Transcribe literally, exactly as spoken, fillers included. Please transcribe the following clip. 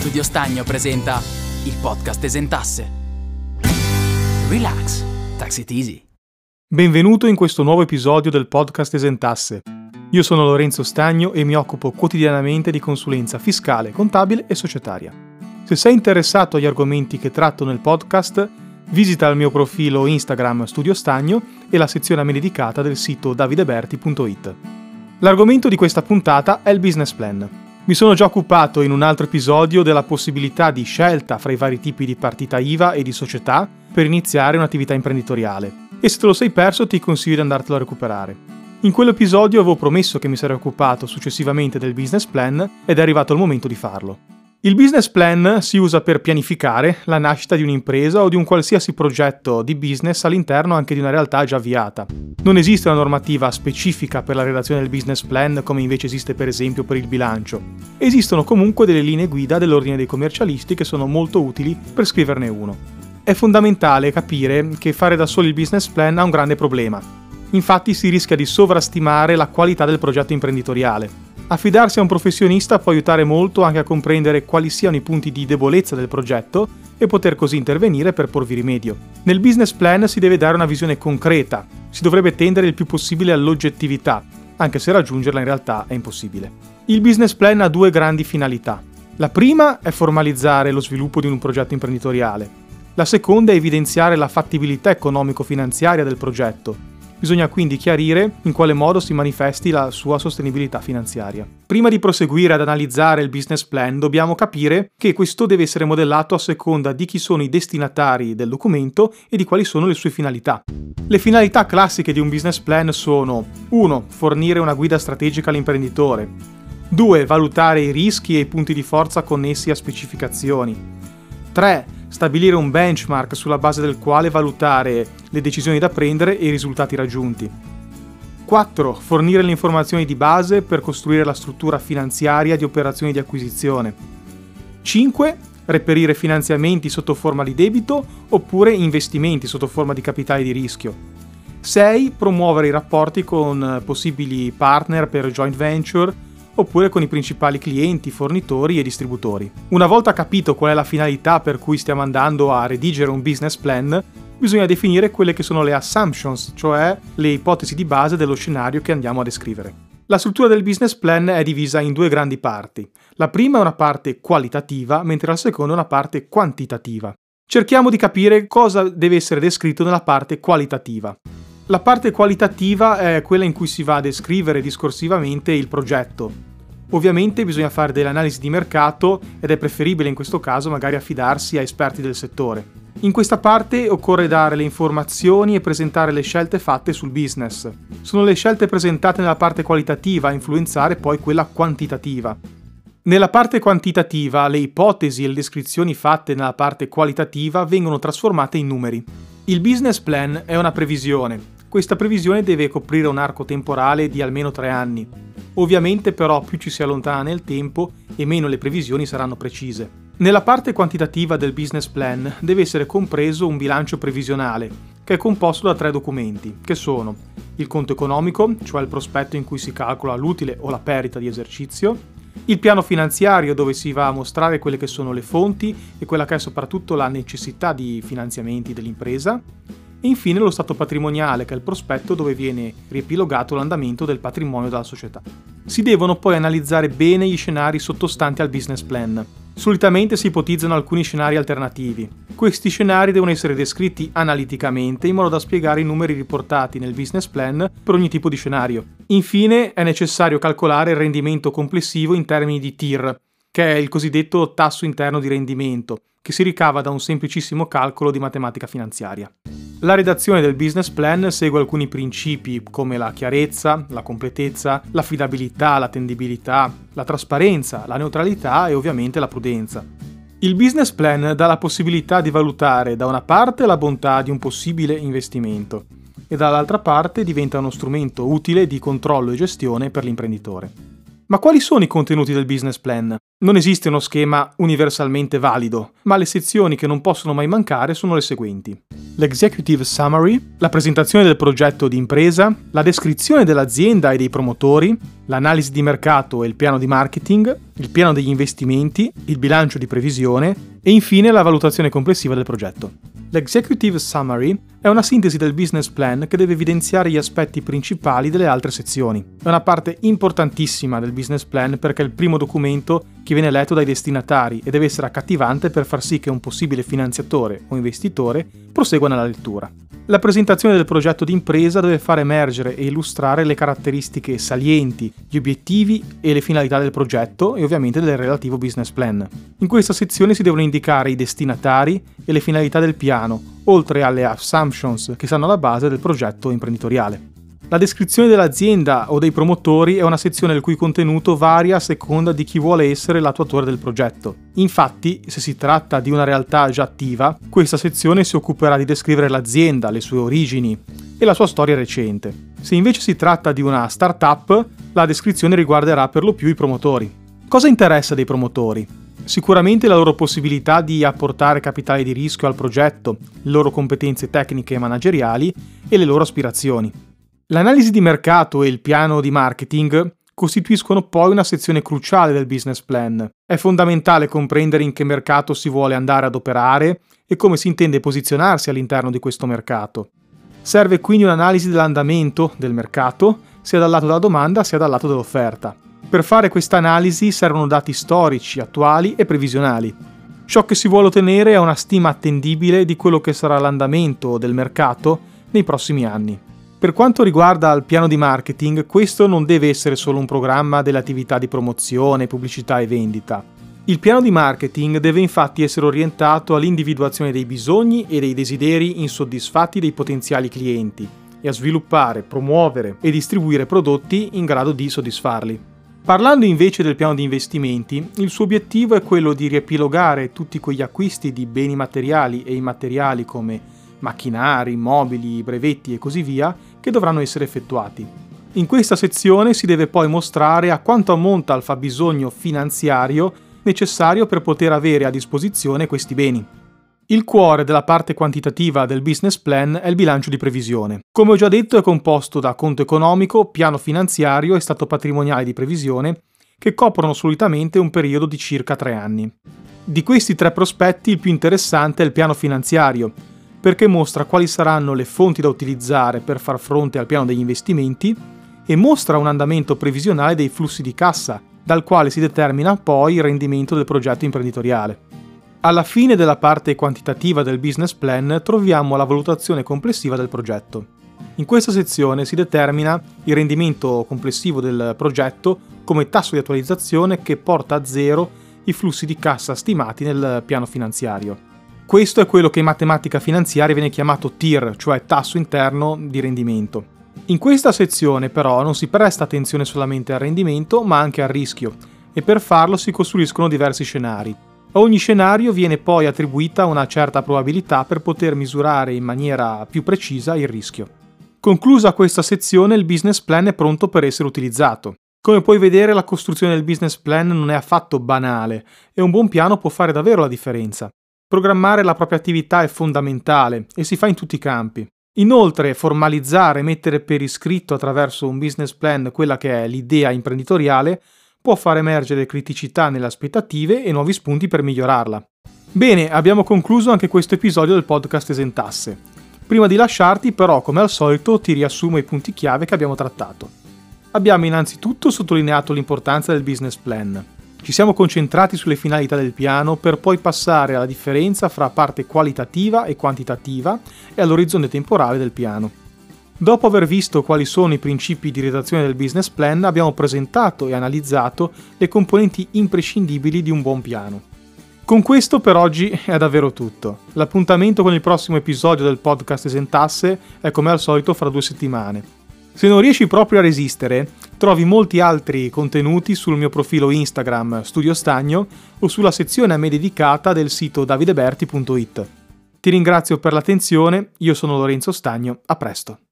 Studio Stagno presenta il podcast Esentasse. Relax, tax it easy. Benvenuto in questo nuovo episodio del podcast Esentasse. Io sono Lorenzo Stagno e mi occupo quotidianamente di consulenza fiscale, contabile e societaria. Se sei interessato agli argomenti che tratto nel podcast, visita il mio profilo Instagram Studio Stagno e la sezione a me dedicata del sito davideberti punto it. L'argomento di questa puntata è il business plan. Mi sono già occupato in un altro episodio della possibilità di scelta fra i vari tipi di partita I V A e di società per iniziare un'attività imprenditoriale. E se te lo sei perso ti consiglio di andartelo a recuperare. In quell'episodio avevo promesso che mi sarei occupato successivamente del business plan ed è arrivato il momento di farlo. Il business plan si usa per pianificare la nascita di un'impresa o di un qualsiasi progetto di business all'interno anche di una realtà già avviata. Non esiste una normativa specifica per la redazione del business plan come invece esiste per esempio per il bilancio. Esistono comunque delle linee guida dell'ordine dei commercialisti che sono molto utili per scriverne uno. È fondamentale capire che fare da soli il business plan ha un grande problema. Infatti si rischia di sovrastimare la qualità del progetto imprenditoriale. Affidarsi a un professionista può aiutare molto anche a comprendere quali siano i punti di debolezza del progetto e poter così intervenire per porvi rimedio. Nel business plan si deve dare una visione concreta, si dovrebbe tendere il più possibile all'oggettività, anche se raggiungerla in realtà è impossibile. Il business plan ha due grandi finalità. La prima è formalizzare lo sviluppo di un progetto imprenditoriale. La seconda è evidenziare la fattibilità economico-finanziaria del progetto. Bisogna quindi chiarire in quale modo si manifesti la sua sostenibilità finanziaria. Prima di proseguire ad analizzare il business plan, dobbiamo capire che questo deve essere modellato a seconda di chi sono i destinatari del documento e di quali sono le sue finalità. Le finalità classiche di un business plan sono: uno Fornire una guida strategica all'imprenditore. due Valutare i rischi e i punti di forza connessi a specificazioni. tre Stabilire un benchmark sulla base del quale valutare le decisioni da prendere e i risultati raggiunti. quattro Fornire le informazioni di base per costruire la struttura finanziaria di operazioni di acquisizione. cinque Reperire finanziamenti sotto forma di debito oppure investimenti sotto forma di capitale di rischio. sei Promuovere i rapporti con possibili partner per joint venture oppure con i principali clienti, fornitori e distributori. Una volta capito qual è la finalità per cui stiamo andando a redigere un business plan, bisogna definire quelle che sono le assumptions, cioè le ipotesi di base dello scenario che andiamo a descrivere. La struttura del business plan è divisa in due grandi parti. La prima è una parte qualitativa, mentre la seconda è una parte quantitativa. Cerchiamo di capire cosa deve essere descritto nella parte qualitativa. La parte qualitativa è quella in cui si va a descrivere discorsivamente il progetto. Ovviamente bisogna fare delle analisi di mercato ed è preferibile in questo caso magari affidarsi a esperti del settore. In questa parte occorre dare le informazioni e presentare le scelte fatte sul business. Sono le scelte presentate nella parte qualitativa a influenzare poi quella quantitativa. Nella parte quantitativa le ipotesi e le descrizioni fatte nella parte qualitativa vengono trasformate in numeri. Il business plan è una previsione. Questa previsione deve coprire un arco temporale di almeno tre anni. Ovviamente però più ci si allontana nel tempo e meno le previsioni saranno precise. Nella parte quantitativa del business plan deve essere compreso un bilancio previsionale, che è composto da tre documenti, che sono il conto economico, cioè il prospetto in cui si calcola l'utile o la perdita di esercizio, il piano finanziario dove si va a mostrare quelle che sono le fonti e quella che è soprattutto la necessità di finanziamenti dell'impresa, e infine lo stato patrimoniale, che è il prospetto dove viene riepilogato l'andamento del patrimonio della società. Si devono poi analizzare bene gli scenari sottostanti al business plan. Solitamente si ipotizzano alcuni scenari alternativi. Questi scenari devono essere descritti analiticamente in modo da spiegare i numeri riportati nel business plan per ogni tipo di scenario. Infine è necessario calcolare il rendimento complessivo in termini di T I R, che è il cosiddetto tasso interno di rendimento, che si ricava da un semplicissimo calcolo di matematica finanziaria. La redazione del business plan segue alcuni principi come la chiarezza, la completezza, l'affidabilità, l'attendibilità, la trasparenza, la neutralità e ovviamente la prudenza. Il business plan dà la possibilità di valutare da una parte la bontà di un possibile investimento e dall'altra parte diventa uno strumento utile di controllo e gestione per l'imprenditore. Ma quali sono i contenuti del business plan? Non esiste uno schema universalmente valido, ma le sezioni che non possono mai mancare sono le seguenti: l'executive summary, la presentazione del progetto di impresa, la descrizione dell'azienda e dei promotori, l'analisi di mercato e il piano di marketing, il piano degli investimenti, il bilancio di previsione e infine la valutazione complessiva del progetto. L'executive summary è una sintesi del business plan che deve evidenziare gli aspetti principali delle altre sezioni. È una parte importantissima del business plan perché è il primo documento che viene letto dai destinatari e deve essere accattivante per far sì che un possibile finanziatore o investitore prosegua nella lettura. La presentazione del progetto di impresa deve far emergere e illustrare le caratteristiche salienti, gli obiettivi e le finalità del progetto e ovviamente del relativo business plan. In questa sezione si devono indicare i destinatari e le finalità del piano, oltre alle assumptions che stanno alla base del progetto imprenditoriale. La descrizione dell'azienda o dei promotori è una sezione il cui contenuto varia a seconda di chi vuole essere l'attuatore del progetto. Infatti, se si tratta di una realtà già attiva, questa sezione si occuperà di descrivere l'azienda, le sue origini e la sua storia recente. Se invece si tratta di una startup, la descrizione riguarderà per lo più i promotori. Cosa interessa dei promotori? Sicuramente la loro possibilità di apportare capitale di rischio al progetto, le loro competenze tecniche e manageriali e le loro aspirazioni. L'analisi di mercato e il piano di marketing costituiscono poi una sezione cruciale del business plan. È fondamentale comprendere in che mercato si vuole andare ad operare e come si intende posizionarsi all'interno di questo mercato. Serve quindi un'analisi dell'andamento del mercato, sia dal lato della domanda sia dal lato dell'offerta. Per fare questa analisi servono dati storici, attuali e previsionali. Ciò che si vuole ottenere è una stima attendibile di quello che sarà l'andamento del mercato nei prossimi anni. Per quanto riguarda il piano di marketing, questo non deve essere solo un programma delle attività di promozione, pubblicità e vendita. Il piano di marketing deve infatti essere orientato all'individuazione dei bisogni e dei desideri insoddisfatti dei potenziali clienti e a sviluppare, promuovere e distribuire prodotti in grado di soddisfarli. Parlando invece del piano di investimenti, il suo obiettivo è quello di riepilogare tutti quegli acquisti di beni materiali e immateriali come macchinari, mobili, brevetti e così via che dovranno essere effettuati. In questa sezione si deve poi mostrare a quanto ammonta il fabbisogno finanziario necessario per poter avere a disposizione questi beni. Il cuore della parte quantitativa del business plan è il bilancio di previsione. Come ho già detto, è composto da conto economico, piano finanziario e stato patrimoniale di previsione che coprono solitamente un periodo di circa tre anni. Di questi tre prospetti il più interessante è il piano finanziario, perché mostra quali saranno le fonti da utilizzare per far fronte al piano degli investimenti e mostra un andamento previsionale dei flussi di cassa, dal quale si determina poi il rendimento del progetto imprenditoriale. Alla fine della parte quantitativa del business plan troviamo la valutazione complessiva del progetto. In questa sezione si determina il rendimento complessivo del progetto come tasso di attualizzazione che porta a zero i flussi di cassa stimati nel piano finanziario. Questo è quello che in matematica finanziaria viene chiamato T I R, cioè tasso interno di rendimento. In questa sezione però non si presta attenzione solamente al rendimento ma anche al rischio e per farlo si costruiscono diversi scenari. A ogni scenario viene poi attribuita una certa probabilità per poter misurare in maniera più precisa il rischio. Conclusa questa sezione, il business plan è pronto per essere utilizzato. Come puoi vedere, la costruzione del business plan non è affatto banale e un buon piano può fare davvero la differenza. Programmare la propria attività è fondamentale e si fa in tutti i campi. Inoltre, formalizzare e mettere per iscritto attraverso un business plan quella che è l'idea imprenditoriale può far emergere criticità nelle aspettative e nuovi spunti per migliorarla. Bene, abbiamo concluso anche questo episodio del podcast Esentasse. Prima di lasciarti, però, come al solito, ti riassumo i punti chiave che abbiamo trattato. Abbiamo innanzitutto sottolineato l'importanza del business plan. Ci siamo concentrati sulle finalità del piano per poi passare alla differenza fra parte qualitativa e quantitativa e all'orizzonte temporale del piano. Dopo aver visto quali sono i principi di redazione del business plan, abbiamo presentato e analizzato le componenti imprescindibili di un buon piano. Con questo per oggi è davvero tutto. L'appuntamento con il prossimo episodio del podcast Esentasse è come al solito fra due settimane. Se non riesci proprio a resistere, trovi molti altri contenuti sul mio profilo Instagram Studio Stagno o sulla sezione a me dedicata del sito davideberti punto it. Ti ringrazio per l'attenzione, io sono Lorenzo Stagno, a presto.